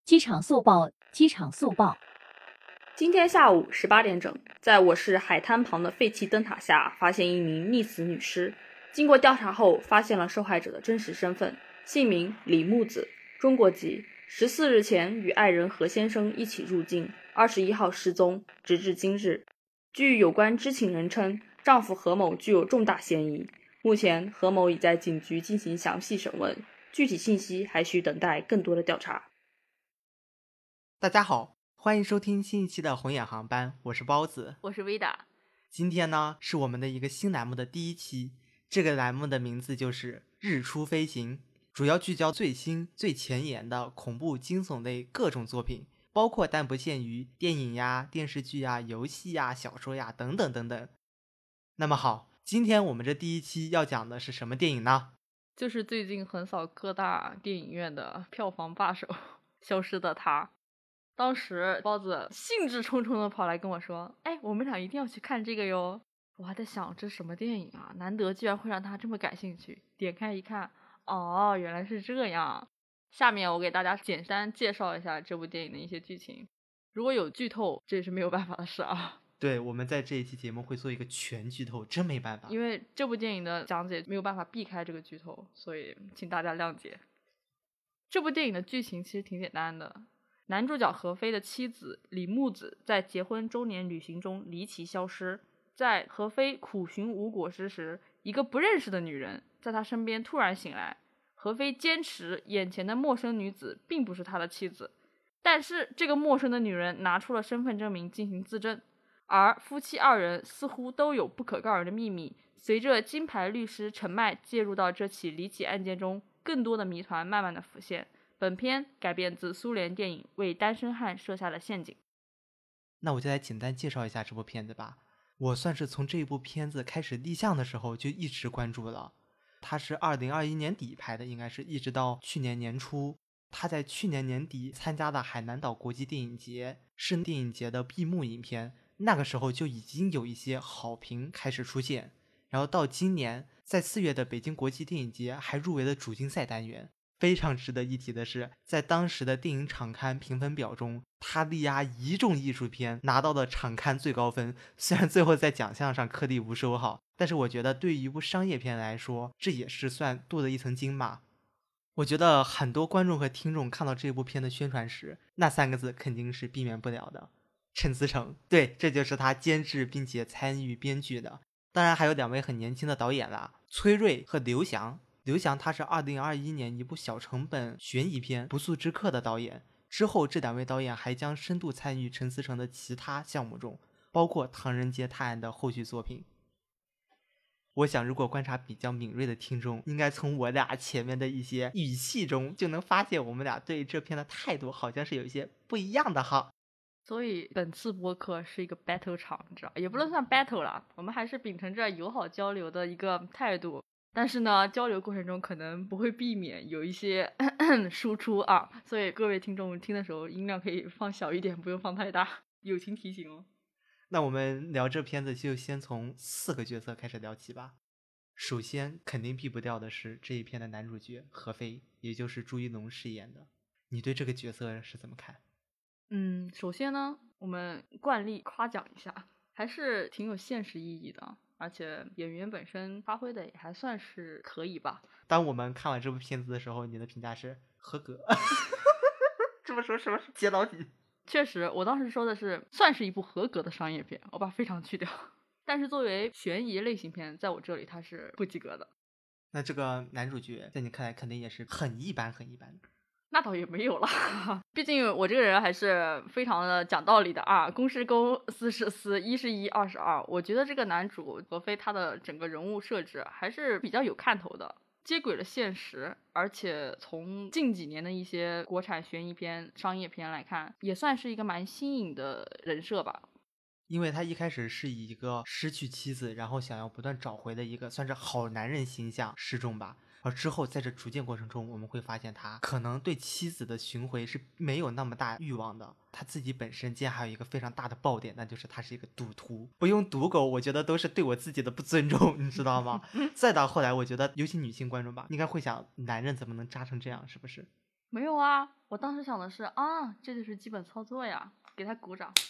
机场速报，机场速报。 今天下午18点整，在我市海滩旁的废弃灯塔下，发现一名溺死女尸。经过调查后，发现了受害者的真实身份，姓名李木子，中国籍，14日前与爱人何先生一起入境，21号失踪，直至今日。据有关知情人称，丈夫何某具有重大嫌疑。目前，何某已在警局进行详细审问，具体信息还需等待更多的调查。 大家好，欢迎收听新一期的红眼航班，我是包子， 我是 Vida。 今天呢是我们的一个新栏目的第一期，这个栏目的名字就是日出飞行，主要聚焦最新最前沿的恐怖惊悚类各种作品，包括但不限于电影呀、电视剧呀、游戏呀、小说呀等等等等。那么好，今天我们这第一期要讲的是什么电影呢？ 就是最近横扫各大电影院的票房霸手《消失的她》。当时包子兴致冲冲的跑来跟我说，我们俩一定要去看这个哟。我还在想这什么电影啊，难得居然会让他这么感兴趣。点开一看，哦，原来是这样。下面我给大家简单介绍一下这部电影的一些剧情，如果有剧透这也是没有办法的事啊。 对，我们在这一期节目会做一个全剧透，真没办法， 因为这部电影的讲解没有办法避开这个剧透，所以请大家谅解。这部电影的剧情其实挺简单的，男主角何非的妻子李木子在结婚周年旅行中离奇消失，在何非苦寻无果之时，一个不认识的女人在他身边突然醒来。何非坚持眼前的陌生女子并不是他的妻子，但是这个陌生的女人拿出了身份证明进行自证，而夫妻二人似乎都有不可告人的秘密。随着金牌律师陈迈介入到这起离奇案件中，更多的谜团慢慢的浮现。本片改编自苏联电影《为单身汉设下的陷阱》。 那我就来简单介绍一下这部片子吧。我算是从这一部片子开始立项的时候就一直关注了，它是2021年底拍的，应该是一直到去年年初。他在去年年底参加的海南岛国际电影节，是电影节的闭幕影片，那个时候就已经有一些好评开始出现，然后到今年在4月的北京国际电影节还入围了主竞赛单元。非常值得一提的是，在当时的电影场刊评分表中，他力压一众艺术片拿到了场刊最高分，虽然最后在奖项上颗粒无收好，但是我觉得对于一部商业片来说，这也是算镀了一层金嘛。我觉得很多观众和听众看到这部片的宣传时，那3个字肯定是避免不了的，陈思诚，对，这就是他监制并且参与编剧的。当然还有2位很年轻的导演啦，崔瑞和刘翔。刘翔他是2021年一部小成本悬疑片《不速之客》的导演，之后这2位导演还将深度参与陈思诚的其他项目中，包括《唐人街探案》的后续作品。我想如果观察比较敏锐的听众，应该从我俩前面的一些语气中就能发现我们俩对这片的态度好像是有一些不一样的哈。 所以本次播客是一个 battle 场，你知道，也不能算 battle 啦，我们还是秉承着友好交流的一个态度，但是呢交流过程中可能不会避免有一些输出啊，所以各位听众听的时候音量可以放小一点，不用放太大，友情提醒哦。 那我们聊这片子就先从4个角色开始聊起吧。首先肯定避不掉的是这一片的男主角何非，也就是朱一龙饰演的。你对这个角色是怎么看？ 首先呢，我们惯例夸奖一下，还是挺有现实意义的，而且演员本身发挥的也还算是可以吧。 当我们看完这部片子的时候，你的评价是合格。这么说什么接到底？ 确实，我当时说的是算是一部合格的商业片，我把非常去掉。但是作为悬疑类型片，在我这里它是不及格的。 那这个男主角在你看来肯定也是很一般很一般的。 那倒也没有啦，毕竟我这个人还是非常的讲道理的啊，公是公，私是私，一是一，二是二。我觉得这个男主何非他的整个人物设置还是比较有看头的，接轨了现实，而且从近几年的一些国产悬疑片、商业片来看，也算是一个蛮新颖的人设吧。 因为他一开始是以一个失去妻子，然后想要不断找回的一个算是好男人形象示众吧，而之后在这逐渐过程中，我们会发现他可能对妻子的寻回是没有那么大欲望的。他自己本身竟然还有一个非常大的爆点，那就是他是一个赌徒。不用赌狗，我觉得都是对我自己的不尊重，你知道吗？再到后来，我觉得尤其女性观众吧，应该会想，男人怎么能渣成这样，是不是？ 没有啊，我当时想的是啊，这就是基本操作呀，给他鼓掌。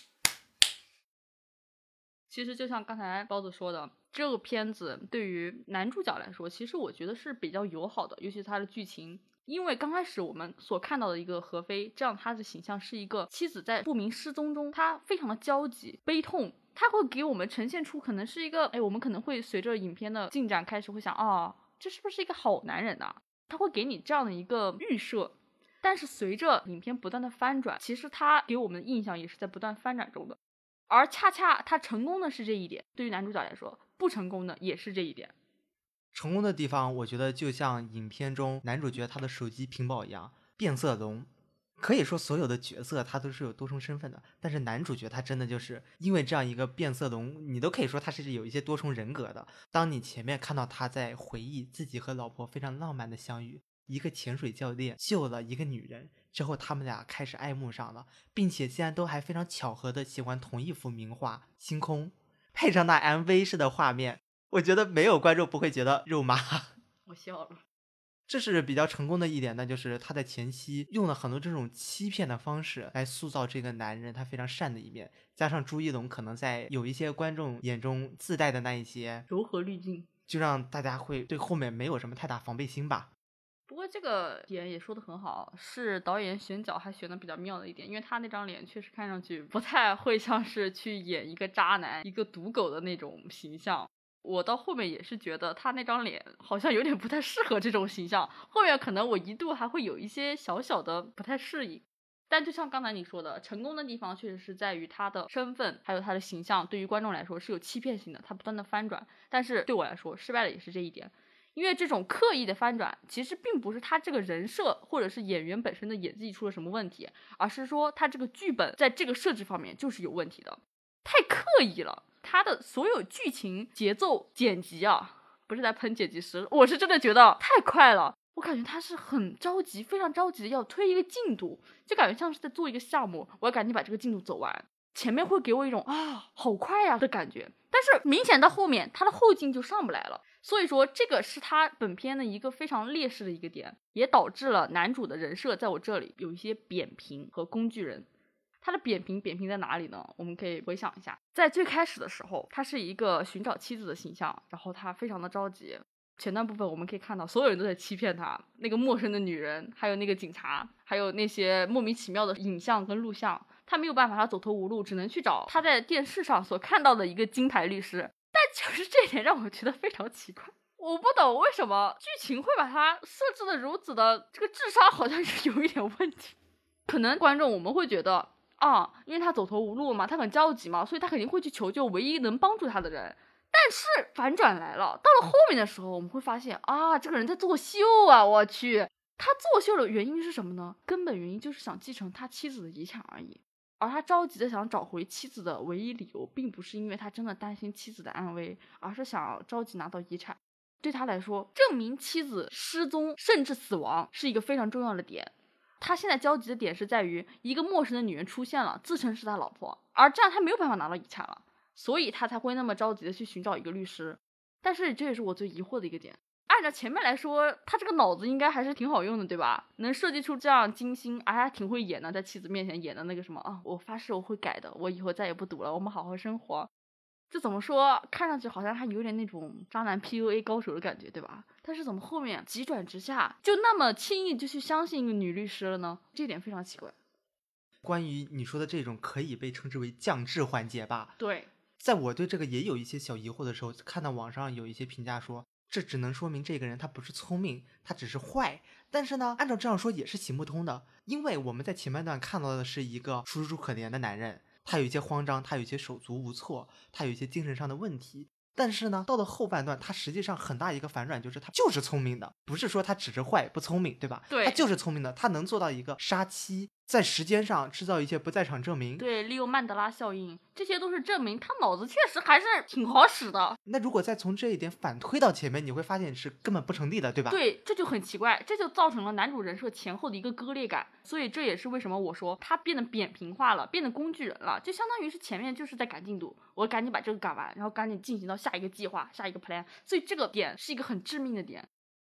其实就像刚才包子说的，这个片子对于男主角来说，其实我觉得是比较友好的，尤其是他的剧情。因为刚开始我们所看到的一个何非，这样他的形象是一个妻子在不明失踪中，他非常的焦急悲痛，他会给我们呈现出可能是一个，我们可能会随着影片的进展开始会想，这是不是一个好男人啊？他会给你这样的一个预设。但是随着影片不断的翻转，其实他给我们的印象也是在不断翻转中的。而恰恰他成功的是这一点，对于男主角来说，不成功的也是这一点。 成功的地方，我觉得就像影片中男主角他的手机屏保一样，变色龙。可以说所有的角色他都是有多重身份的，但是男主角他真的就是因为这样一个变色龙，你都可以说他是有一些多重人格的。当你前面看到他在回忆自己和老婆非常浪漫的相遇，一个潜水教练救了一个女人之后，他们俩开始爱慕上了，并且竟然都还非常巧合的喜欢同一幅名画《星空》，配上那 MV 式的画面，我觉得没有观众不会觉得肉麻。 我笑了。 这是比较成功的一点，那就是他在前期用了很多这种欺骗的方式来塑造这个男人他非常善的一面，加上朱一龙可能在有一些观众眼中自带的那一些柔和滤镜， 就让大家会对后面没有什么太大防备心吧。 不过这个点也说得很好，是导演选角还选的比较妙的一点，因为他那张脸确实看上去不太会像是去演一个渣男一个赌狗的那种形象。我到后面也是觉得他那张脸好像有点不太适合这种形象，后面可能我一度还会有一些小小的不太适应。但就像刚才你说的，成功的地方确实是在于他的身份还有他的形象对于观众来说是有欺骗性的，他不断的翻转。但是对我来说失败的也是这一点，因为这种刻意的翻转其实并不是他这个人设或者是演员本身的演技出了什么问题，而是说他这个剧本在这个设置方面就是有问题的，太刻意了。他的所有剧情节奏剪辑不是在喷剪辑师，我是真的觉得太快了，我感觉他是很着急，非常着急的要推一个进度，就感觉像是在做一个项目，我要赶紧把这个进度走完，前面会给我一种好快呀的感觉，但是明显到后面他的后劲就上不来了。所以说这个是他本片的一个非常劣势的一个点，也导致了男主的人设在我这里有一些扁平和工具人。他的扁平在哪里呢？我们可以回想一下，在最开始的时候他是一个寻找妻子的形象，然后他非常的着急。前段部分我们可以看到所有人都在欺骗他，那个陌生的女人，还有那个警察，还有那些莫名其妙的影像跟录像，他没有办法，他走投无路，只能去找他在电视上所看到的一个金牌律师。但就是这点让我觉得非常奇怪，我不懂为什么剧情会把他设置的如此的这个智商好像是有一点问题。可能观众我们会觉得因为他走投无路嘛，他很着急嘛，所以他肯定会去求救唯一能帮助他的人。但是反转来了，到了后面的时候我们会发现这个人在作秀我去，他作秀的原因是什么呢？根本原因就是想继承他妻子的遗产而已。而他着急的想找回妻子的唯一理由，并不是因为他真的担心妻子的安危，而是想要着急拿到遗产。对他来说，证明妻子失踪甚至死亡是一个非常重要的点。他现在焦急的点是在于一个陌生的女人出现了，自称是他老婆，而这样他没有办法拿到遗产了，所以他才会那么着急的去寻找一个律师。但是这也是我最疑惑的一个点，按照前面来说他这个脑子应该还是挺好用的，对吧？能设计出这样精心还挺会演的，在妻子面前演的那个什么我发誓我会改的，我以后再也不赌了，我们好好生活。这怎么说，看上去好像还有点那种渣男 PUA 高手的感觉，对吧？但是怎么后面急转直下就那么轻易就去相信一个女律师了呢？这点非常奇怪。 关于你说的这种可以被称之为降智环节吧， 对， 在我对这个也有一些小疑惑的时候，看到网上有一些评价说这只能说明这个人他不是聪明，他只是坏。但是呢，按照这样说也是行不通的，因为我们在前半段看到的是一个楚楚可怜的男人，他有一些慌张，他有一些手足无措，他有一些精神上的问题。但是呢，到了后半段他实际上很大一个反转，就是他就是聪明的，不是说他只是坏不聪明，对吧？ 对， 他就是聪明的，他能做到一个杀妻，在时间上制造一些不在场证明， 对，利用曼德拉效应，这些都是证明他脑子确实还是挺好使的。 那如果再从这一点反推到前面，你会发现是根本不成立的，对吧？ 对，这就很奇怪，这就造成了男主人设前后的一个割裂感。所以这也是为什么我说他变得扁平化了，变得工具人了，就相当于是前面就是在赶进度，我赶紧把这个赶完，然后赶紧进行到下一个计划，下一个 plan。所以这个点是一个很致命的点。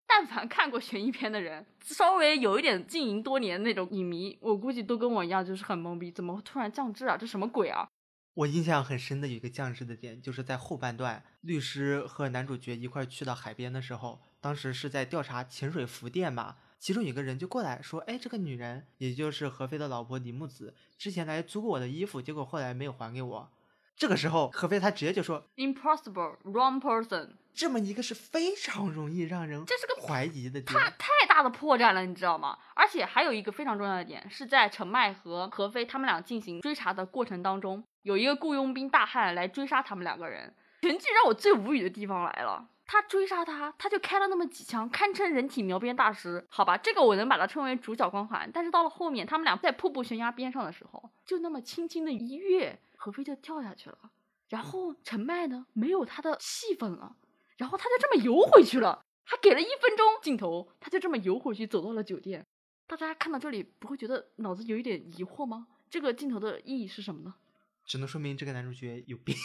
但凡看过悬疑片的人，稍微有一点经营多年那种影迷，我估计都跟我一样，就是很懵逼，怎么突然降智啊？这什么鬼啊？ 我印象很深的有一个降智的点，就是在后半段，律师和男主角一块去到海边的时候，当时是在调查潜水服店嘛，其中有个人就过来说，哎，这个女人，也就是何非的老婆李木子，之前来租过我的衣服，结果后来没有还给我。这个时候，何非他直接就说 Impossible, wrong person。 这么一个是非常容易让人这是个怀疑的点， 太大的破绽了，你知道吗？而且还有一个非常重要的点，是在陈麦和何非他们俩进行追查的过程当中，有一个雇佣兵大汉来追杀他们两个人。全剧让我最无语的地方来了，他追杀他就开了那么几枪，堪称人体描边大师。好吧，这个我能把它称为主角光环。但是到了后面，他们俩在瀑布悬崖边上的时候，就那么轻轻的一跃，何非就掉下去了。然后陈麦呢，没有他的戏份了，然后他就这么游回去了，还给了1分钟镜头，他就这么游回去，走到了酒店。大家看到这里不会觉得脑子有一点疑惑吗？这个镜头的意义是什么呢？ 只能说明这个男主角有病。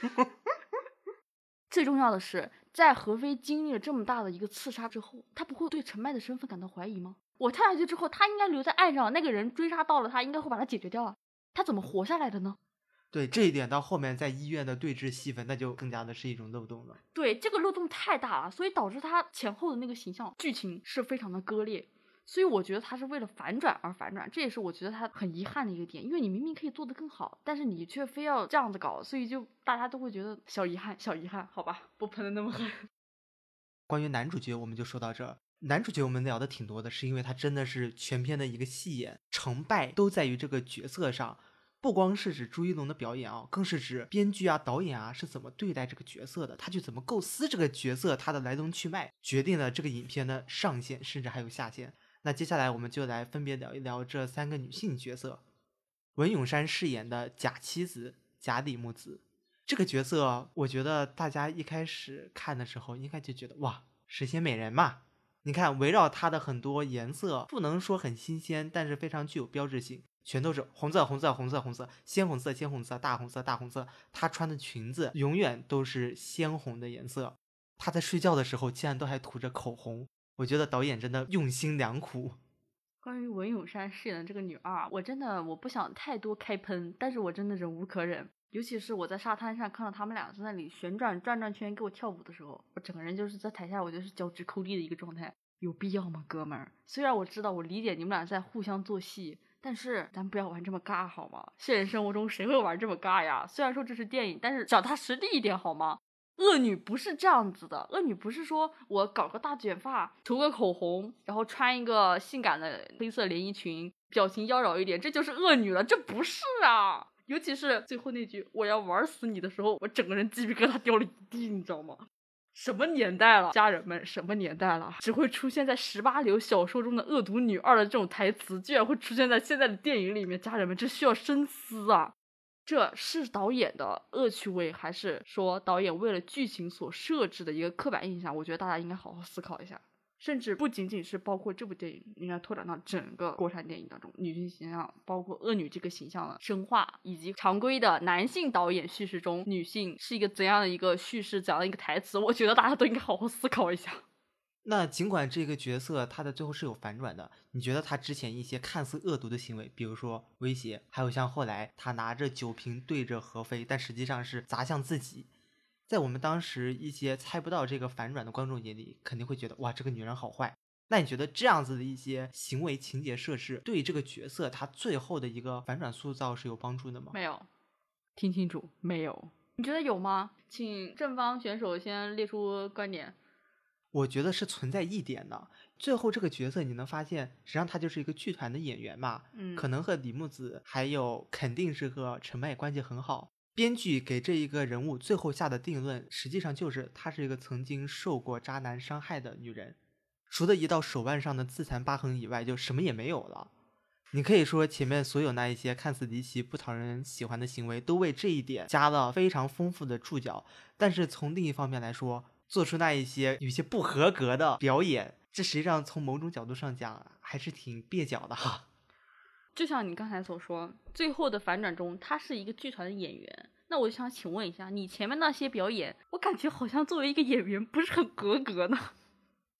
最重要的是，在何非经历了这么大的一个刺杀之后，他不会对陈麦的身份感到怀疑吗？我跳下去之后，他应该留在岸上，那个人追杀到了他，应该会把他解决掉啊，他怎么活下来的呢？ 对，这一点到后面在医院的对峙戏份，那就更加的是一种漏洞了。 对，这个漏洞太大了，所以导致他前后的那个形象剧情是非常的割裂。所以我觉得他是为了反转而反转，这也是我觉得他很遗憾的一个点，因为你明明可以做得更好，但是你却非要这样子搞，所以就大家都会觉得小遗憾，小遗憾，好吧，不喷的那么狠。 关于男主角我们就说到这儿。男主角我们聊的挺多的，是因为他真的是全片的一个戏眼，成败都在于这个角色上。不光是指朱一龙的表演啊，更是指编剧啊、导演啊是怎么对待这个角色的，他去怎么构思这个角色，他的来龙去脉，决定了这个影片的上限，甚至还有下限。那接下来我们就来分别聊一聊这3个女性角色。文咏珊饰演的假妻子假李木子，这个角色我觉得大家一开始看的时候应该就觉得哇，神仙美人嘛。你看围绕她的很多颜色不能说很新鲜，但是非常具有标志性，全都是红色红色红色红色，鲜红色鲜红色，大红色大红色。她穿的裙子永远都是鲜红的颜色，她在睡觉的时候竟然都还涂着口红，我觉得导演真的用心良苦。 关于文咏珊饰演的这个女二，我不想太多开喷，但是我真的忍无可忍。尤其是我在沙滩上看到他们俩在那里旋转转转圈给我跳舞的时候，我整个人就是在台下我就是脚趾抠地的一个状态。有必要吗，哥们儿？虽然我知道我理解你们俩在互相做戏，但是咱不要玩这么尬好吗？现实生活中谁会玩这么尬呀？虽然说这是电影，但是脚踏实地一点好吗？恶女不是这样子的，恶女不是说我搞个大卷发，涂个口红，然后穿一个性感的黑色连衣裙，表情妖娆一点，这就是恶女了，这不是啊！尤其是最后那句我要玩死你的时候，我整个人鸡皮疙瘩掉了一地，你知道吗？什么年代了，家人们，什么年代了？只会出现在18流小说中的恶毒女二的这种台词，居然会出现在现在的电影里面，家人们，这需要深思啊！这是导演的恶趣味，还是说导演为了剧情所设置的一个刻板印象？我觉得大家应该好好思考一下。甚至不仅仅是包括这部电影，应该拓展到整个国产电影当中，女性形象包括恶女这个形象的深化，以及常规的男性导演叙事中女性是一个怎样的一个叙事，怎样的一个台词，我觉得大家都应该好好思考一下。 那尽管这个角色他的最后是有反转的，你觉得他之前一些看似恶毒的行为，比如说威胁，还有像后来他拿着酒瓶对着何非，但实际上是砸向自己，在我们当时一些猜不到这个反转的观众眼里，肯定会觉得哇，这个女人好坏。那你觉得这样子的一些行为情节设置对这个角色他最后的一个反转塑造是有帮助的吗？ 没有，听清楚，没有。你觉得有吗？请正方选手先列出观点。 我觉得是存在一点的。最后这个角色你能发现，实际上他就是一个剧团的演员嘛，可能和李木子还有肯定是和陈麦关系很好。编剧给这一个人物最后下的定论，实际上就是她是一个曾经受过渣男伤害的女人，除了一道手腕上的自残疤痕以外，就什么也没有了。你可以说前面所有那一些看似离奇不讨人喜欢的行为，都为这一点加了非常丰富的注脚。但是从另一方面来说，做出那一些有些不合格的表演，这实际上从某种角度上讲还是挺蹩脚的哈。 就像你刚才所说，最后的反转中他是一个剧团的演员，那我就想请问一下，你前面那些表演，我感觉好像作为一个演员不是很合格呢。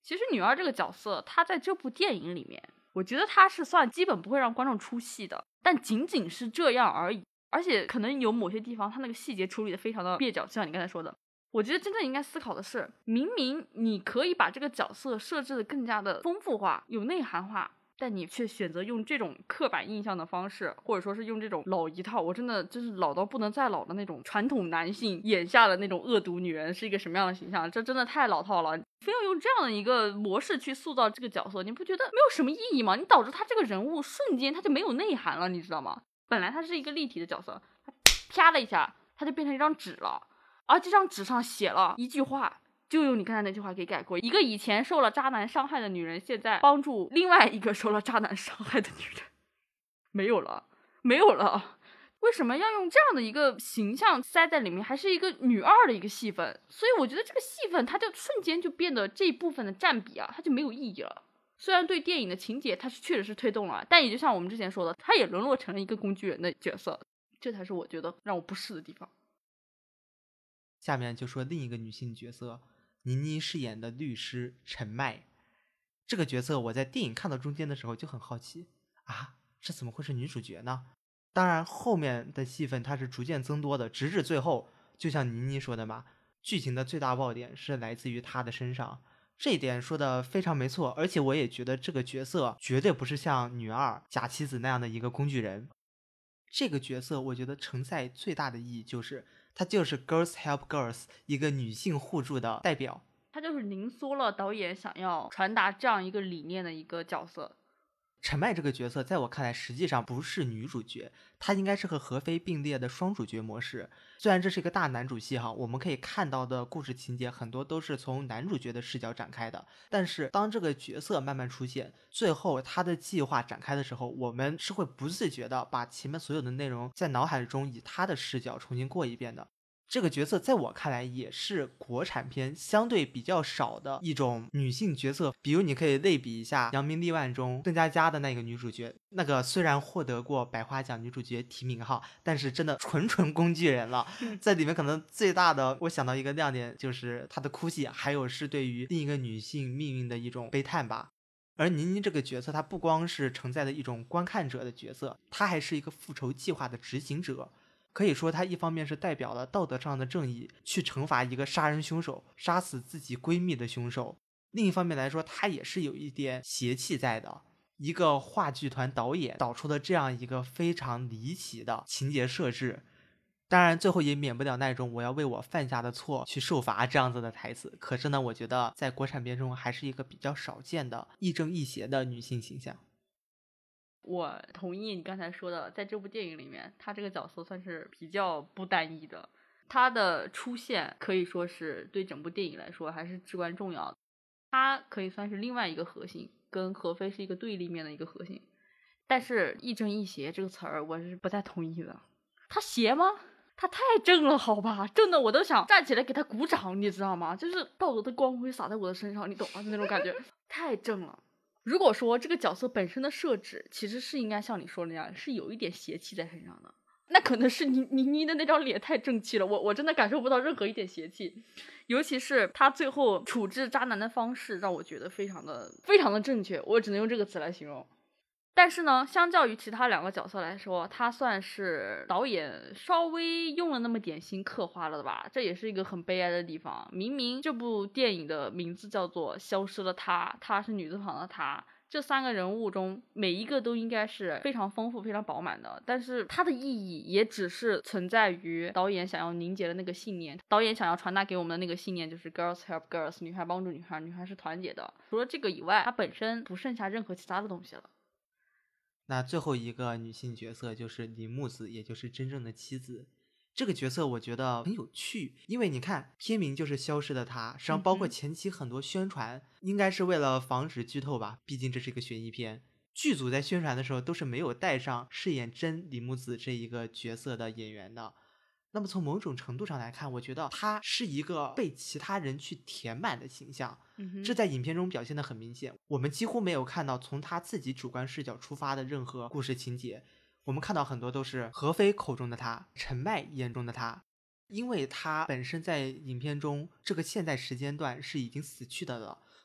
其实女二这个角色，她在这部电影里面，我觉得她是算基本不会让观众出戏的，但仅仅是这样而已。而且可能有某些地方，她那个细节处理的非常的蹩脚，就像你刚才说的。我觉得真正应该思考的是，明明你可以把这个角色设置的更加的丰富化、有内涵化，但你却选择用这种刻板印象的方式，或者说是用这种老一套，我真的就是老到不能再老的那种传统男性眼下的那种恶毒女人是一个什么样的形象，这真的太老套了。非要用这样的一个模式去塑造这个角色，你不觉得没有什么意义吗？你导致他这个人物瞬间他就没有内涵了，你知道吗？本来他是一个立体的角色，他啪了一下他就变成一张纸了，而这张纸上写了一句话，就用你刚才那句话给改过。一个以前受了渣男伤害的女人，现在帮助另外一个受了渣男伤害的女人。没有了，没有了。为什么要用这样的一个形象塞在里面，还是一个女二的一个戏份？所以我觉得这个戏份它就瞬间就变得这一部分的占比啊，它就没有意义了。虽然对电影的情节它是确实是推动了，但也就像我们之前说的，它也沦落成了一个工具人的角色，这才是我觉得让我不适的地方。 下面就说另一个女性角色，倪妮饰演的律师陈麦。这个角色我在电影看到中间的时候就很好奇啊，这怎么会是女主角呢？当然后面的戏份它是逐渐增多的，直至最后就像倪妮说的嘛，剧情的最大爆点是来自于她的身上。这一点说的非常没错，而且我也觉得这个角色绝对不是像女二假妻子那样的一个工具人。这个角色我觉得承载最大的意义就是它就是 Girls Help Girls 一个女性互助的代表， 它就是凝缩了导演想要传达这样一个理念的一个角色。 陈麦这个角色在我看来实际上不是女主角，她应该是和何非并列的双主角模式。虽然这是一个大男主戏哈，我们可以看到的故事情节很多都是从男主角的视角展开的，但是当这个角色慢慢出现，最后他的计划展开的时候，我们是会不自觉的把前面所有的内容在脑海中以他的视角重新过一遍的。这个角色在我看来也是国产片相对比较少的一种女性角色，比如你可以类比一下《扬名立万》中邓家佳的那个女主角，那个虽然获得过百花奖女主角提名哈，但是真的纯工具人了。在里面可能最大的我想到一个亮点就是她的哭戏，还有是对于另一个女性命运的一种悲叹吧。而倪妮这个角色，她不光是承载的一种观看者的角色，她还是一个复仇计划的执行者。可以说她一方面是代表了道德上的正义，去惩罚一个杀人凶手，杀死自己闺蜜的凶手，另一方面来说她也是有一点邪气在的。一个话剧团导演导出了这样一个非常离奇的情节设置，当然最后也免不了那种我要为我犯下的错去受罚这样子的台词。可是呢，我觉得在国产片中还是一个比较少见的亦正亦邪的女性形象。 我同意你刚才说的，在这部电影里面，她这个角色算是比较不单一的，她的出现可以说是对整部电影来说还是至关重要的。她可以算是另外一个核心，跟何非是一个对立面的一个核心。但是亦正亦邪这个词儿我是不太同意的。她邪吗？她太正了好吧，正的我都想站起来给她鼓掌，你知道吗？就是道德的光辉洒在我的身上，你懂吗？就那种感觉太正了。如果说这个角色本身的设置其实是应该像你说的那样，是有一点邪气在身上的，那可能是你的那张脸太正气了，我真的感受不到任何一点邪气。尤其是他最后处置渣男的方式，让我觉得非常的正确，我只能用这个词来形容。但是呢，相较于其他两个角色来说，他算是导演稍微用了那么点心刻画了的吧，这也是一个很悲哀的地方。明明这部电影的名字叫做消失了她，她是女字旁的她，这三个人物中每一个都应该是非常丰富非常饱满的，但是它的意义也只是存在于导演想要凝结的那个信念，导演想要传达给我们的那个信念就是 Girls Help Girls， 女孩帮助女孩，女孩是团结的。除了这个以外，它本身不剩下任何其他的东西了。 那最后一个女性角色就是李木子，也就是真正的妻子。这个角色我觉得很有趣，因为你看片名就是消失的她，实际上包括前期很多宣传，应该是为了防止剧透吧，毕竟这是一个悬疑片，剧组在宣传的时候都是没有带上饰演真李木子这一个角色的演员的。那么从某种程度上来看，我觉得她是一个被其他人去填满的形象，这在影片中表现得很明显。我们几乎没有看到从她自己主观视角出发的任何故事情节，我们看到很多都是何非口中的她，陈麦眼中的她。因为她本身在影片中这个现在时间段是已经死去的了，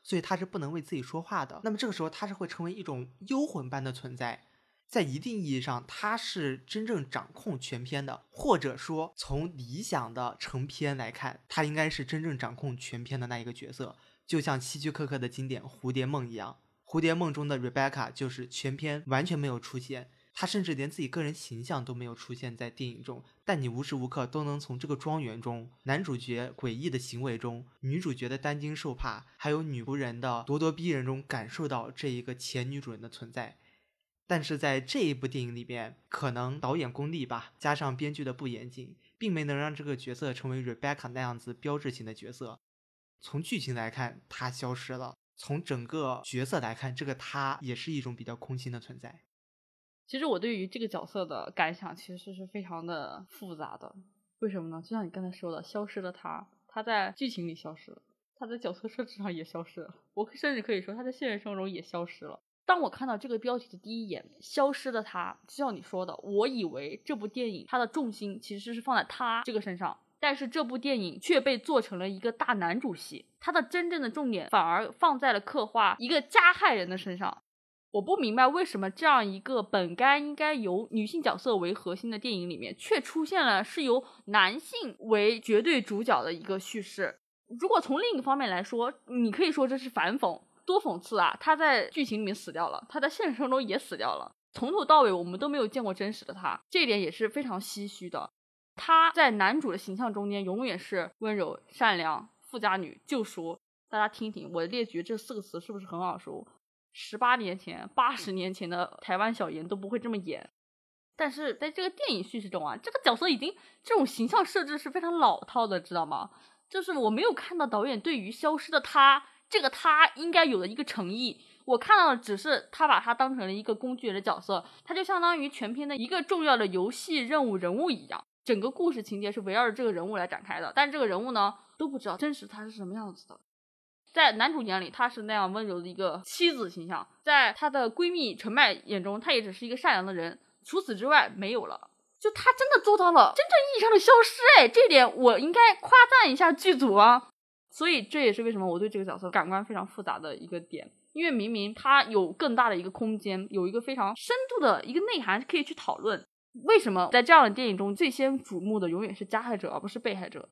所以他是不能为自己说话的。那么这个时候他是会成为一种幽魂般的存在，在一定意义上他是真正掌控全篇的，或者说从理想的成篇来看，他应该是真正掌控全篇的那一个角色，就像希区柯克的经典蝴蝶梦一样。蝴蝶梦中的 Rebecca 就是全篇完全没有出现，他甚至连自己个人形象都没有出现在电影中，但你无时无刻都能从这个庄园中，男主角诡异的行为中，女主角的担惊受怕，还有女仆人的咄咄逼人中感受到这一个前女主人的存在。但是在这一部电影里边，可能导演功力吧，加上编剧的不严谨，并没能让这个角色成为 Rebecca 那样子标志性的角色。从剧情来看，他消失了；从整个角色来看，这个他也是一种比较空心的存在。 其实我对于这个角色的感想其实是非常的复杂的。为什么呢？就像你刚才说的，消失了他在剧情里消失了，他在角色设置上也消失了，我甚至可以说他在现实生活中也消失了。当我看到这个标题的第一眼，消失的他，就像你说的，我以为这部电影它的重心其实是放在他这个身上，但是这部电影却被做成了一个大男主戏，它的真正的重点反而放在了刻画一个加害人的身上。我不明白为什么这样一个本该应该由女性角色为核心的电影里面，却出现了是由男性为绝对主角的一个叙事。如果从另一个方面来说，你可以说这是反讽，多讽刺啊！他在剧情里面死掉了，他在现实生活中也死掉了，从头到尾我们都没有见过真实的他，这一点也是非常唏嘘的。他在男主的形象中间永远是温柔、善良、富家女、救赎。大家听听我列举这4个词是不是很耳熟？18年前、80年前的台湾小言都不会这么演。但是在这个电影叙事中啊，这个角色已经这种形象设置是非常老套的，知道吗？就是我没有看到导演对于消失的他这个他应该有的一个诚意，我看到的只是他把他当成了一个工具人的角色，他就相当于全片的一个重要的游戏任务人物一样，整个故事情节是围绕着这个人物来展开的，但这个人物呢都不知道真实他是什么样子的。在男主眼里他是那样温柔的一个妻子形象，在他的闺蜜陈麦眼中他也只是一个善良的人，除此之外没有了。就他真的做到了真正意义上的消失，这点我应该夸赞一下剧组啊。所以这也是为什么我对这个角色感官非常复杂的一个点，因为明明他有更大的一个空间，有一个非常深度的一个内涵可以去讨论，为什么在这样的电影中最先瞩目的永远是加害者而不是被害者。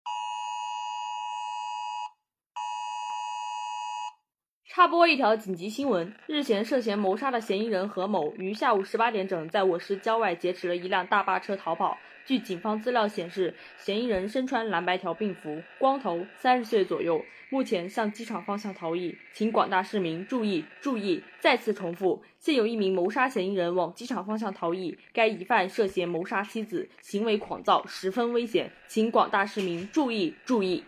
插播一条紧急新闻，日前涉嫌谋杀的嫌疑人何某于下午18点整在我市郊外劫持了一辆大巴车逃跑。据警方资料显示，嫌疑人身穿蓝白条病服，光头，30岁左右，目前向机场方向逃逸，请广大市民注意注意，再次重复，现有一名谋杀嫌疑人往机场方向逃逸，该疑犯涉嫌谋杀妻子，行为狂躁，十分危险，请广大市民注意注意。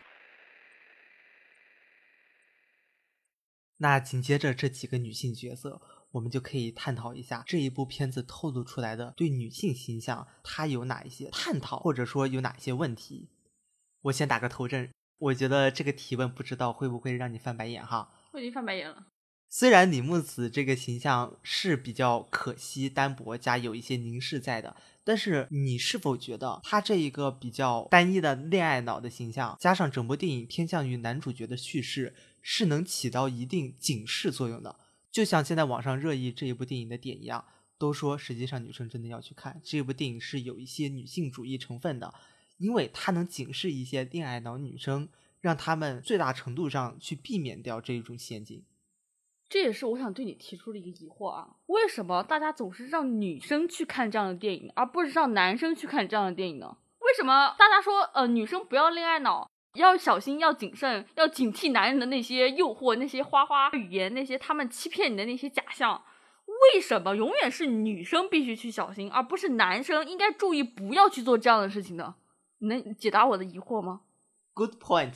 那紧接着这几个女性角色，我们就可以探讨一下这一部片子透露出来的对女性形象它有哪一些探讨，或者说有哪些问题。我先打个头阵，我觉得这个提问不知道会不会让你翻白眼哈。 我已经翻白眼了。 虽然李木子这个形象是比较可惜单薄加有一些凝视在的，但是你是否觉得他这一个比较单一的恋爱脑的形象，加上整部电影偏向于男主角的叙事，是能起到一定警示作用的？就像现在网上热议这一部电影的点一样，都说实际上女生真的要去看这部电影是有一些女性主义成分的，因为它能警示一些恋爱脑女生，让他们最大程度上去避免掉这一种陷阱。 这也是我想对你提出的一个疑惑啊，为什么大家总是让女生去看这样的电影，而不是让男生去看这样的电影呢？为什么大家说女生不要恋爱脑，要小心，要谨慎，要警惕男人的那些诱惑，那些花花语言，那些他们欺骗你的那些假象？为什么永远是女生必须去小心，而不是男生应该注意不要去做这样的事情呢？你能解答我的疑惑吗？ Good point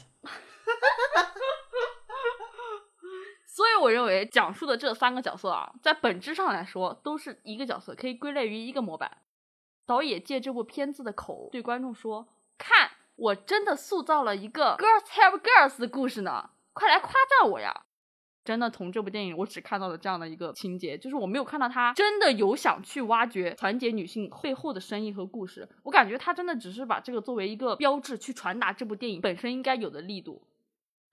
所以我认为讲述的这3个角色啊，在本质上来说都是一个角色，可以归类于一个模板。导演借这部片子的口对观众说，看，我真的塑造了一个 Girls Have Girls 的故事呢，快来夸赞我呀。真的从这部电影我只看到了这样的一个情节，就是我没有看到他真的有想去挖掘团结女性背后的深意和故事，我感觉他真的只是把这个作为一个标志去传达这部电影本身应该有的力度。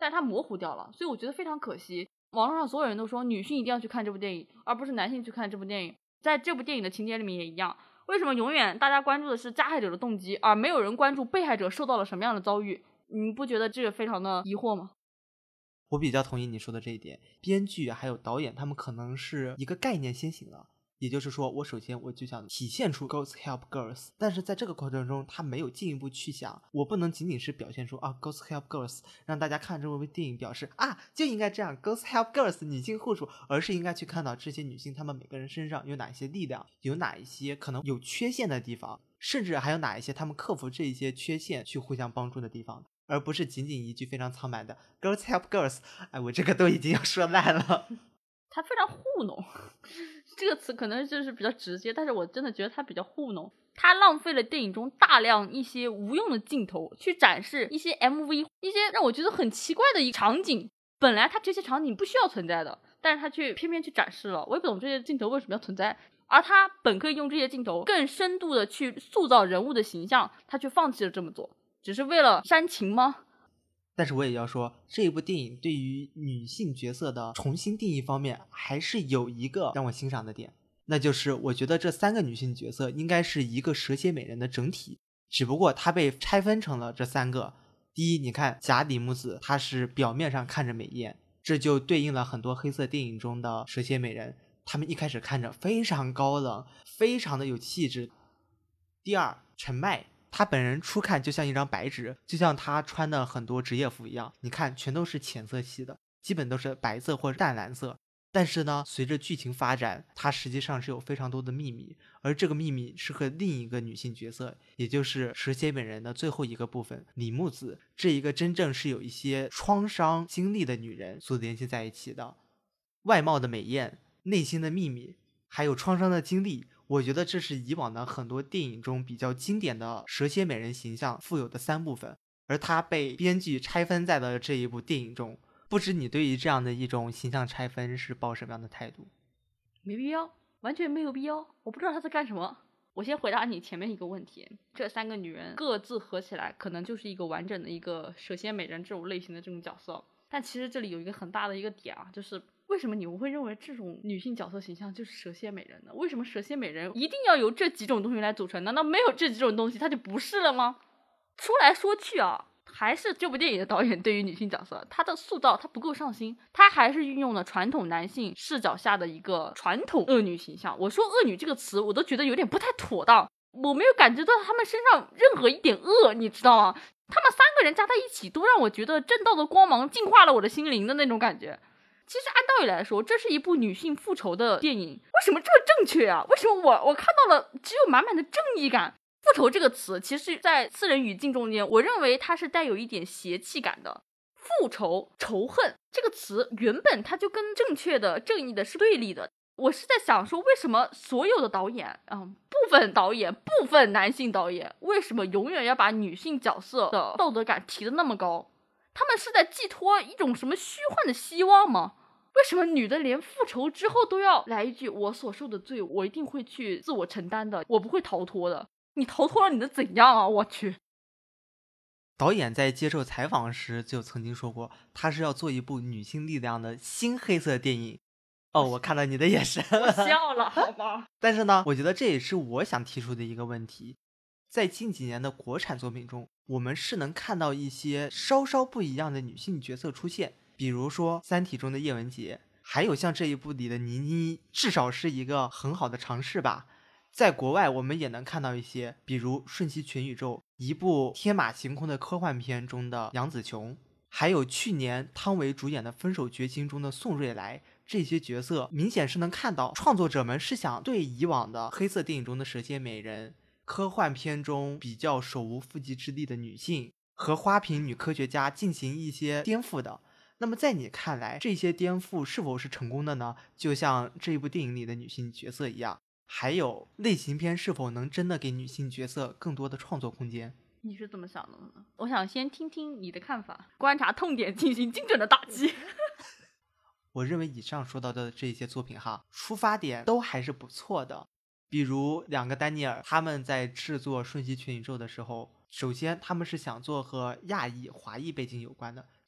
但是它模糊掉了，所以我觉得非常可惜。网络上所有人都说女性一定要去看这部电影，而不是男性去看这部电影。在这部电影的情节里面也一样，为什么永远大家关注的是加害者的动机，而没有人关注被害者受到了什么样的遭遇？你不觉得这个非常的疑惑吗？ 我比较同意你说的这一点，编剧还有导演他们可能是一个概念先行了，也就是说我首先我就想体现出 Girls Help Girls， 但是在这个过程中他没有进一步去想，我不能仅仅是表现出Girls Help Girls 让大家看这部电影表示就应该这样 Girls Help Girls 女性互助，而是应该去看到这些女性她们每个人身上有哪一些力量，有哪一些可能有缺陷的地方，甚至还有哪一些她们克服这一些缺陷去互相帮助的地方，而不是仅仅一句非常苍白的 Girls Help Girls。 我这个都已经要说烂了。 他非常糊弄，这个词可能就是比较直接，但是我真的觉得他比较糊弄。他浪费了电影中大量一些无用的镜头去展示一些 MV， 一些让我觉得很奇怪的一场景，本来他这些场景不需要存在的，但是他却偏偏去展示了，我也不懂这些镜头为什么要存在，而他本可以用这些镜头更深度的去塑造人物的形象，他却放弃了这么做，只是为了煽情吗？ 但是我也要说，这一部电影对于女性角色的重新定义方面还是有一个让我欣赏的点，那就是我觉得这3个女性角色应该是一个蛇蝎美人的整体，只不过它被拆分成了这3个。第一，你看假李木子，她是表面上看着美艳，这就对应了很多黑色电影中的蛇蝎美人，她们一开始看着非常高冷，非常的有气质。第二，陈麦，他本人初看就像一张白纸，就像他穿的很多职业服一样，你看全都是浅色系的，基本都是白色或者淡蓝色。但是呢，随着剧情发展，它实际上是有非常多的秘密，而这个秘密是和另一个女性角色，也就是蛇蝎美人的最后一个部分李木子，这一个真正是有一些创伤经历的女人所联系在一起的。外貌的美艳，内心的秘密，还有创伤的经历，我觉得这是以往的很多电影中比较经典的蛇蝎美人形象富有的3部分，而它被编剧拆分在了这一部电影中。不知你对于这样的一种形象拆分是抱什么样的态度？ 没必要，完全没有必要，我不知道他在干什么。我先回答你前面一个问题，这3个女人各自合起来可能就是一个完整的一个蛇蝎美人这种类型的这种角色，但其实这里有一个很大的一个点就是为什么你们会认为这种女性角色形象就是蛇蝎美人呢？为什么蛇蝎美人一定要由这几种东西来组成？难道没有这几种东西它就不是了吗？说来说去还是这部电影的导演对于女性角色他的塑造他不够上心，他还是运用了传统男性视角下的一个传统恶女形象。我说恶女这个词我都觉得有点不太妥当，我没有感觉到他们身上任何一点恶，你知道吗？他们3个人加在一起都让我觉得正道的光芒净化了我的心灵的那种感觉。其实按道理来说这是一部女性复仇的电影，为什么这么正确啊？为什么我看到了只有满满的正义感？复仇这个词其实在私人语境中间，我认为它是带有一点邪气感的。复仇仇恨这个词原本它就跟正确的正义的是对立的。我是在想说，为什么所有的导演部分导演部分男性导演为什么永远要把女性角色的道德感提得那么高？他们是在寄托一种什么虚幻的希望吗？为什么女的连复仇之后都要来一句我所受的罪我一定会去自我承担的，我不会逃脱的？你逃脱了你能怎样啊？我去。 导演在接受采访时就曾经说过，他是要做一部女性力量的新黑色电影。我看到你的眼神了， 我笑了好吗？ 但是呢，我觉得这也是我想提出的一个问题，在近几年的国产作品中，我们是能看到一些稍稍不一样的女性角色出现，比如说《三体》中的叶文洁，还有像这一部里的倪妮，至少是一个很好的尝试吧。在国外我们也能看到一些，比如《瞬息全宇宙》，一部天马行空的科幻片中的杨紫琼，还有去年汤唯主演的《分手绝情》中的宋瑞来，这些角色明显是能看到创作者们是想对以往的黑色电影中的蛇蝎美人、科幻片中比较手无缚鸡之力的女性和花瓶女科学家进行一些颠覆的。那么在你看来，这些颠覆是否是成功的呢？就像这一部电影里的女性角色一样，还有类型片是否能真的给女性角色更多的创作空间？ 你是怎么想的呢？我想先听听你的看法，观察痛点进行精准的打击。 我认为以上说到的这些作品出发点都还是不错的。比如2个丹尼尔，他们在制作《瞬息全宇宙》的时候，首先他们是想做和亚裔华裔背景有关的，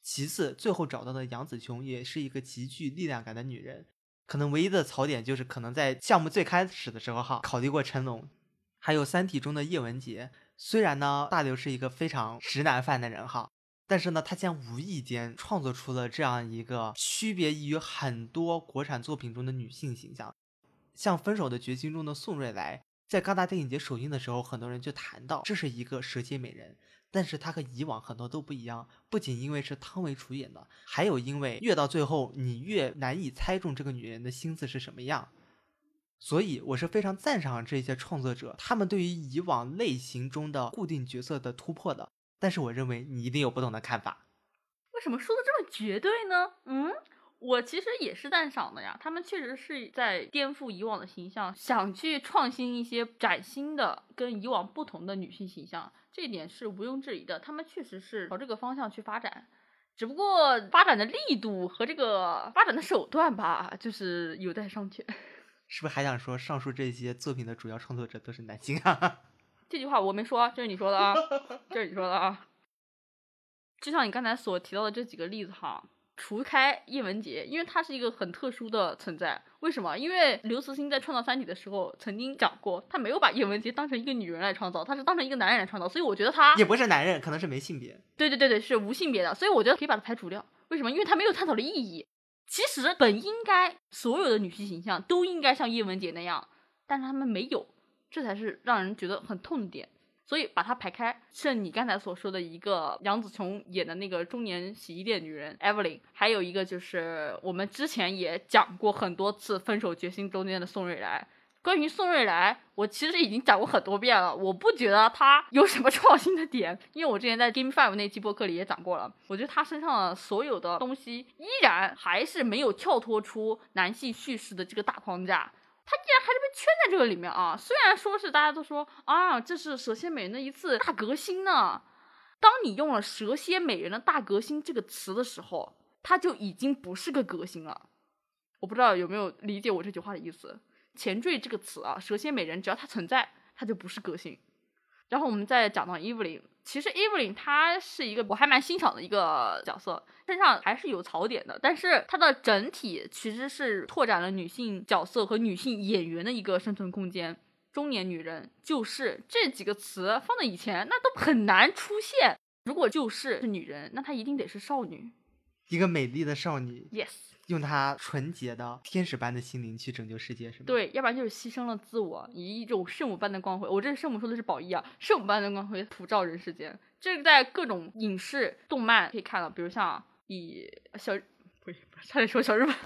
其次，最后找到的杨紫琼也是一个极具力量感的女人，可能唯一的槽点就是可能在项目最开始的时候考虑过成龙。还有《三体》中的叶文洁，虽然呢大刘是一个非常直男范的人但是呢他竟然无意间创作出了这样一个区别于很多国产作品中的女性形象。像《分手的决心》中的宋瑞来，在戛纳电影节首映的时候，很多人就谈到这是一个蛇蝎美人，但是她和以往很多都不一样，不仅因为是汤唯主演的，还有因为越到最后你越难以猜中这个女人的心思是什么样。所以我是非常赞赏这些创作者，他们对于以往类型中的固定角色的突破的，但是我认为你一定有不同的看法。 为什么说的这么绝对呢？我其实也是赞赏的呀，他们确实是在颠覆以往的形象，想去创新一些崭新的跟以往不同的女性形象，这一点是毋庸置疑的，他们确实是朝这个方向去发展，只不过发展的力度和这个发展的手段吧，就是有待商榷。 是不是还想说上述这些作品的主要创作者都是男性啊？ 这句话我没说，这是你说的啊，这是你说的啊。就像你刚才所提到的这几个例子除开叶文洁，因为她是一个很特殊的存在。为什么？因为刘慈欣在创造《三体》的时候曾经讲过，他没有把叶文洁当成一个女人来创造，他是当成一个男人来创造，所以我觉得他也不是男人，可能是没性别。 对，是无性别的，所以我觉得可以把它排除掉。为什么？因为他没有探讨的意义。其实本应该所有的女性形象都应该像叶文洁那样，但是他们没有，这才是让人觉得很痛的点。所以把它排开，是你刚才所说的一个杨紫琼演的那个中年洗衣店女人 Evelyn， 还有一个就是我们之前也讲过很多次《分手决心》中间的宋瑞来。关于宋瑞来，我其实已经讲过很多遍了，我不觉得他有什么创新的点，因为我之前在 Game 5那期播客里也讲过了，我觉得他身上的所有的东西依然还是没有跳脱出男性叙事的这个大框架，他依然还是被圈在这个里面啊。虽然说是大家都说这是蛇蝎美人的一次大革新呢，当你用了蛇蝎美人的大革新这个词的时候，它就已经不是个革新了。我不知道有没有理解我这句话的意思。前缀这个词蛇蝎美人只要它存在，它就不是革新。然后我们再讲到 Evelyn， 其实 Evelyn 她是一个我还蛮欣赏的一个角色，身上还是有槽点的，但是它的整体其实是拓展了女性角色和女性演员的一个生存空间。中年女人、救世这几个词放在以前那都很难出现，如果救世是女人，那她一定得是少女， 一个美丽的少女。 Yes， 用她纯洁的天使般的心灵去拯救世界，是吗？ 对，要不然就是牺牲了自我，以一种圣母般的光辉，我这圣母说的是宝仪圣母般的光辉普照人世间。这个在各种影视动漫可以看到，比如像以差点说小日本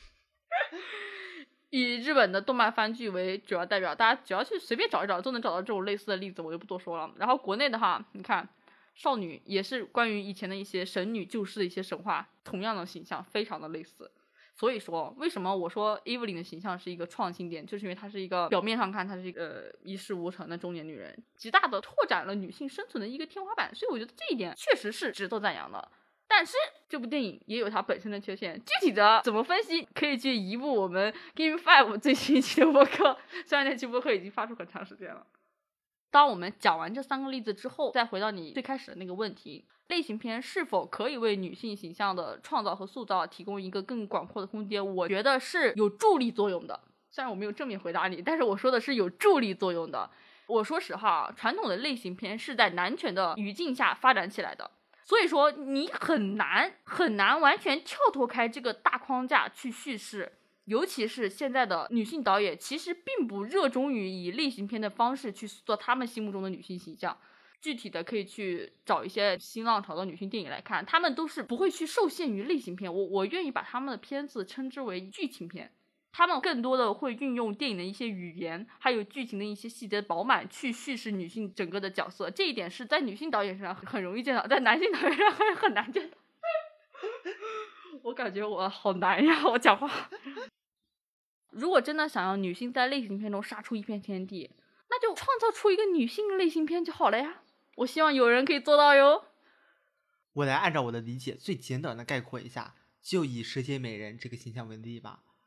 以日本的动漫番剧为主要代表，大家只要去随便找一找都能找到这种类似的例子，我就不多说了。然后国内的话，你看少女也是关于以前的一些神女救世的一些神话，同样的形象非常的类似。所以说为什么我说 Evelyn 的形象是一个创新点，就是因为她是一个表面上看她是一个一事无成的中年女人，极大的拓展了女性生存的一个天花板，所以我觉得这一点确实是值得赞扬的。但是这部电影也有它本身的缺陷，具体的怎么分析可以去移步我们 Game 5最新一期的播客，虽然那期播客已经发出很长时间了。当我们讲完这3个例子之后，再回到你最开始的那个问题，类型片是否可以为女性形象的创造和塑造提供一个更广阔的空间，我觉得是有助力作用的。虽然我没有正面回答你，但是我说的是有助力作用的。我说实话，传统的类型片是在男权的语境下发展起来的，所以说你很难完全跳脱开这个大框架去叙事。尤其是现在的女性导演其实并不热衷于以类型片的方式去塑造他们心目中的女性形象，具体的可以去找一些新浪潮的女性电影来看，他们都是不会去受限于类型片，我愿意把他们的片子称之为剧情片，他们更多的会运用电影的一些语言还有剧情的一些细节饱满去叙事女性整个的角色，这一点是在女性导演身上很容易见到，在男性导演上很难见到我感觉我好难呀，我讲话如果真的想要女性在类型片中杀出一片天地，那就创造出一个女性类型片就好了呀，我希望有人可以做到哟。 我来按照我的理解最简短的概括一下，就以蛇蝎美人这个形象为例吧。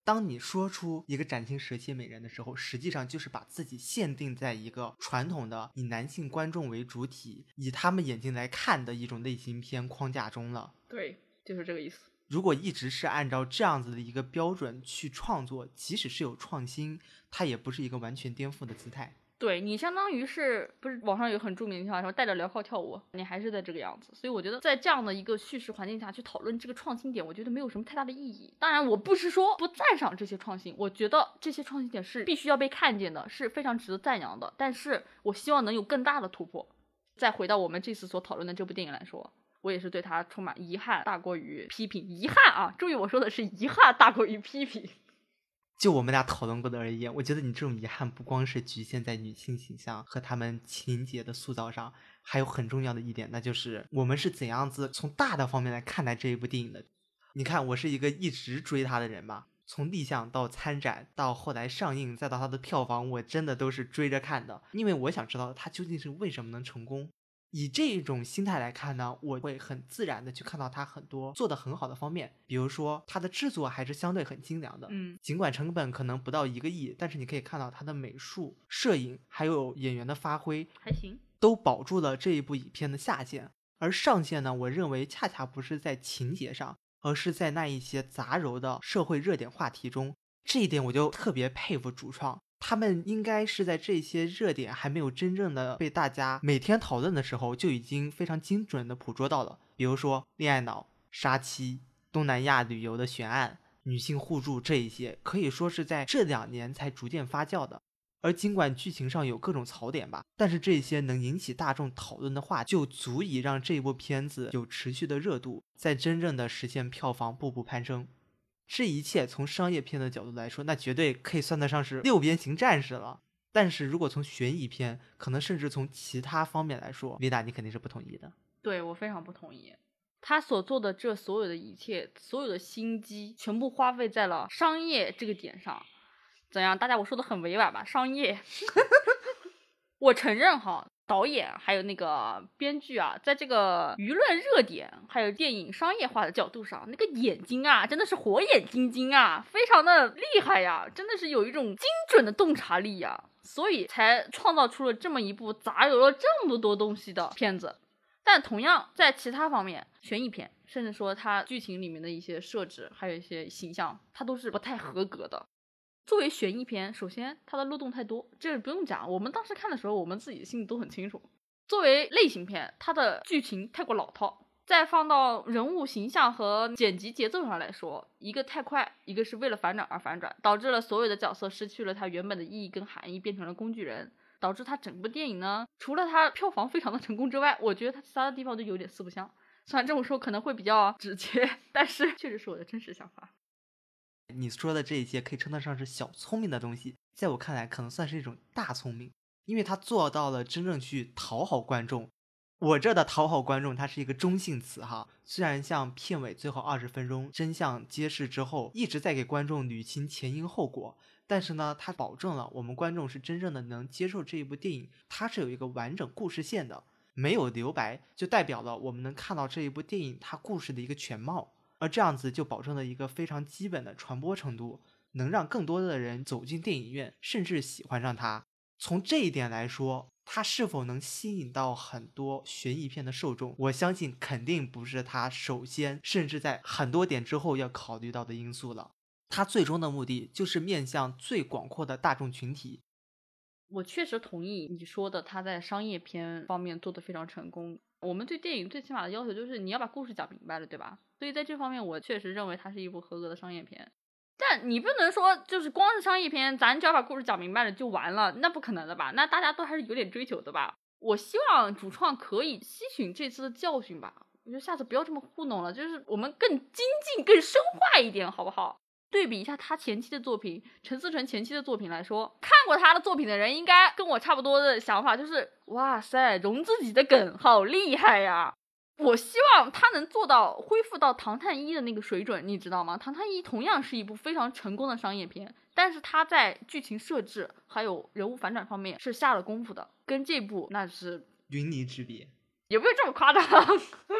当你说出一个斩情蛇蝎美人的时候，实际上就是把自己限定在一个传统的以男性观众为主体，以他们眼睛来看的一种类型片框架中了。 对，就是这个意思。 如果一直是按照这样子的一个标准去创作，即使是有创新，它也不是一个完全颠覆的姿态。 对，你相当于是不是网上有很著名的话说带着镣铐跳舞，你还是在这个样子。所以我觉得在这样的一个叙事环境下去讨论这个创新点，我觉得没有什么太大的意义。当然我不是说不赞赏这些创新，我觉得这些创新点是必须要被看见的，是非常值得赞扬的，但是我希望能有更大的突破。再回到我们这次所讨论的这部电影来说，我也是对它充满遗憾大过于批评。遗憾啊，注意我说的是遗憾大过于批评。 就我们俩讨论过的而言，我觉得你这种遗憾不光是局限在女性形象和她们情节的塑造上，还有很重要的一点，那就是我们是怎样子从大的方面来看待这一部电影的。你看，我是一个一直追它的人嘛，从立项到参展到后来上映再到它的票房，我真的都是追着看的，因为我想知道它究竟是为什么能成功。以这种心态来看呢，我会很自然的去看到它很多做得很好的方面，比如说它的制作还是相对很精良的，尽管成本可能不到1个亿，但是你可以看到它的美术、摄影还有演员的发挥还行， 都保住了这一部影片的下限。而上限呢，我认为恰恰不是在情节上，而是在那一些杂糅的社会热点话题中。这一点我就特别佩服主创，他们应该是在这些热点还没有真正的被大家每天讨论的时候，就已经非常精准的捕捉到了。比如说恋爱脑、杀妻、东南亚旅游的悬案、女性互助，这一些可以说是在这2年才逐渐发酵的。而尽管剧情上有各种槽点吧，但是这些能引起大众讨论的话，就足以让这部片子有持续的热度，在真正的实现票房步步攀升。这一切从商业片的角度来说，那绝对可以算得上是6边形战士了。但是如果从悬疑片，可能甚至从其他方面来说，丽达你肯定是不同意的。 对，我非常不同意。他所做的这所有的一切，所有的心机全部花费在了商业这个点上。怎样？大家我说的很委婉吧？商业我承认哈，导演还有那个编剧啊，在这个舆论热点还有电影商业化的角度上，那个眼睛啊真的是火眼金睛啊，非常的厉害呀，真的是有一种精准的洞察力呀，所以才创造出了这么一部杂糅了这么多东西的片子。但同样在其他方面，悬疑片甚至说它剧情里面的一些设置还有一些形象，它都是不太合格的。作为悬疑片，首先它的漏洞太多，这不用讲，我们当时看的时候我们自己心里都很清楚。作为类型片，它的剧情太过老套，再放到人物形象和剪辑节奏上来说，一个太快，一个是为了反转而反转，导致了所有的角色失去了它原本的意义跟含义，变成了工具人，导致它整部电影呢，除了它票房非常的成功之外，我觉得它其他的地方都有点四不像。虽然这么说可能会比较直接，但是确实是我的真实想法。 你说的这些可以称得上是小聪明的东西，在我看来可能算是一种大聪明，因为他做到了真正去讨好观众。我这的讨好观众它是一个中性词哈，虽然像片尾最后20分钟真相揭示之后一直在给观众捋清前因后果，但是呢它保证了我们观众是真正的能接受这一部电影，它是有一个完整故事线的，没有留白，就代表了我们能看到这一部电影它故事的一个全貌，而这样子就保证了一个非常基本的传播程度，能让更多的人走进电影院，甚至喜欢上它。从这一点来说，它是否能吸引到很多悬疑片的受众，我相信肯定不是它首先甚至在很多点之后要考虑到的因素了。它最终的目的就是面向最广阔的大众群体。 我确实同意你说的，他在商业片方面做得非常成功。我们对电影最起码的要求就是你要把故事讲明白了，对吧？所以在这方面我确实认为它是一部合格的商业片。但你不能说就是光是商业片咱只要把故事讲明白了就完了，那不可能的吧？那大家都还是有点追求的吧。我希望主创可以吸取这次的教训吧，我觉得下次不要这么糊弄了，就是我们更精进更深化一点好不好？对比一下他前期的作品，陈思诚前期的作品来说，看过他的作品的人应该跟我差不多的想法，就是哇塞，融自己的梗好厉害呀。我希望他能做到恢复到唐探一的那个水准，你知道吗？唐探一同样是一部非常成功的商业片，但是他在剧情设置还有人物反转方面是下了功夫的，跟这部那是云泥之别， 也不有这么夸张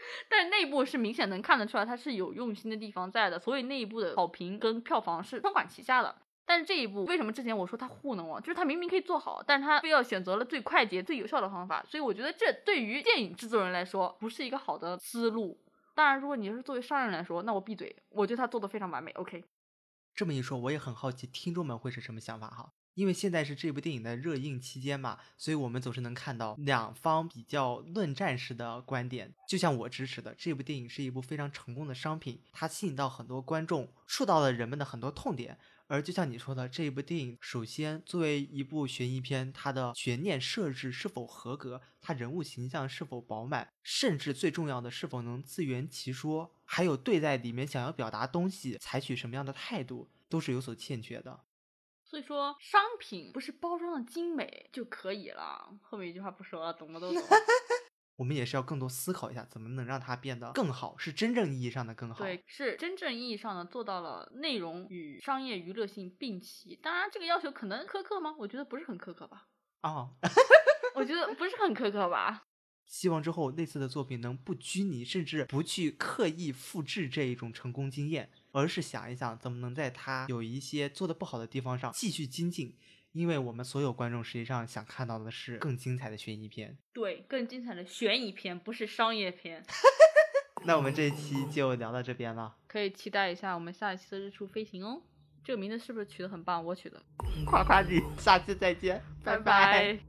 但是那一部是明显能看得出来它是有用心的地方在的，所以那一部的好评跟票房是双管齐下的。但是这一部为什么之前我说他糊弄我，就是他明明可以做好，但是他非要选择了最快捷最有效的方法，所以我觉得这对于电影制作人来说不是一个好的思路。当然如果你是作为商人来说，那我闭嘴，我觉得他做的非常完美。 OK， 这么一说，我也很好奇听众们会是什么想法哈。因为现在是这部电影的热映期间嘛，所以我们总是能看到两方比较论战式的观点。就像我支持的，这部电影是一部非常成功的商品，它吸引到很多观众，触到了人们的很多痛点。而就像你说的，这一部电影首先作为一部悬疑片，它的悬念设置是否合格，它人物形象是否饱满，甚至最重要的是否能自圆其说，还有对待里面想要表达东西采取什么样的态度，都是有所欠缺的。 所以说商品不是包装的精美就可以了，后面一句话不说了，懂的都懂。 我们也是要更多思考一下，怎么能让它变得更好，是真正意义上的更好。 对，是真正意义上的做到了内容与商业娱乐性并齐。当然这个要求可能苛刻吗？我觉得不是很苛刻吧。 哦我觉得不是很苛刻吧。 希望之后类似的作品能不拘泥，甚至不去刻意复制这一种成功经验，而是想一想怎么能在它有一些做得不好的地方上继续精进。因为我们所有观众实际上想看到的是更精彩的悬疑片。 对，更精彩的悬疑片，不是商业片。 那我们这一期就聊到这边了， 可以期待一下我们下一期的日出飞行哦。这个名字是不是取得很棒？我取的。 夸夸你，下期再见，拜拜。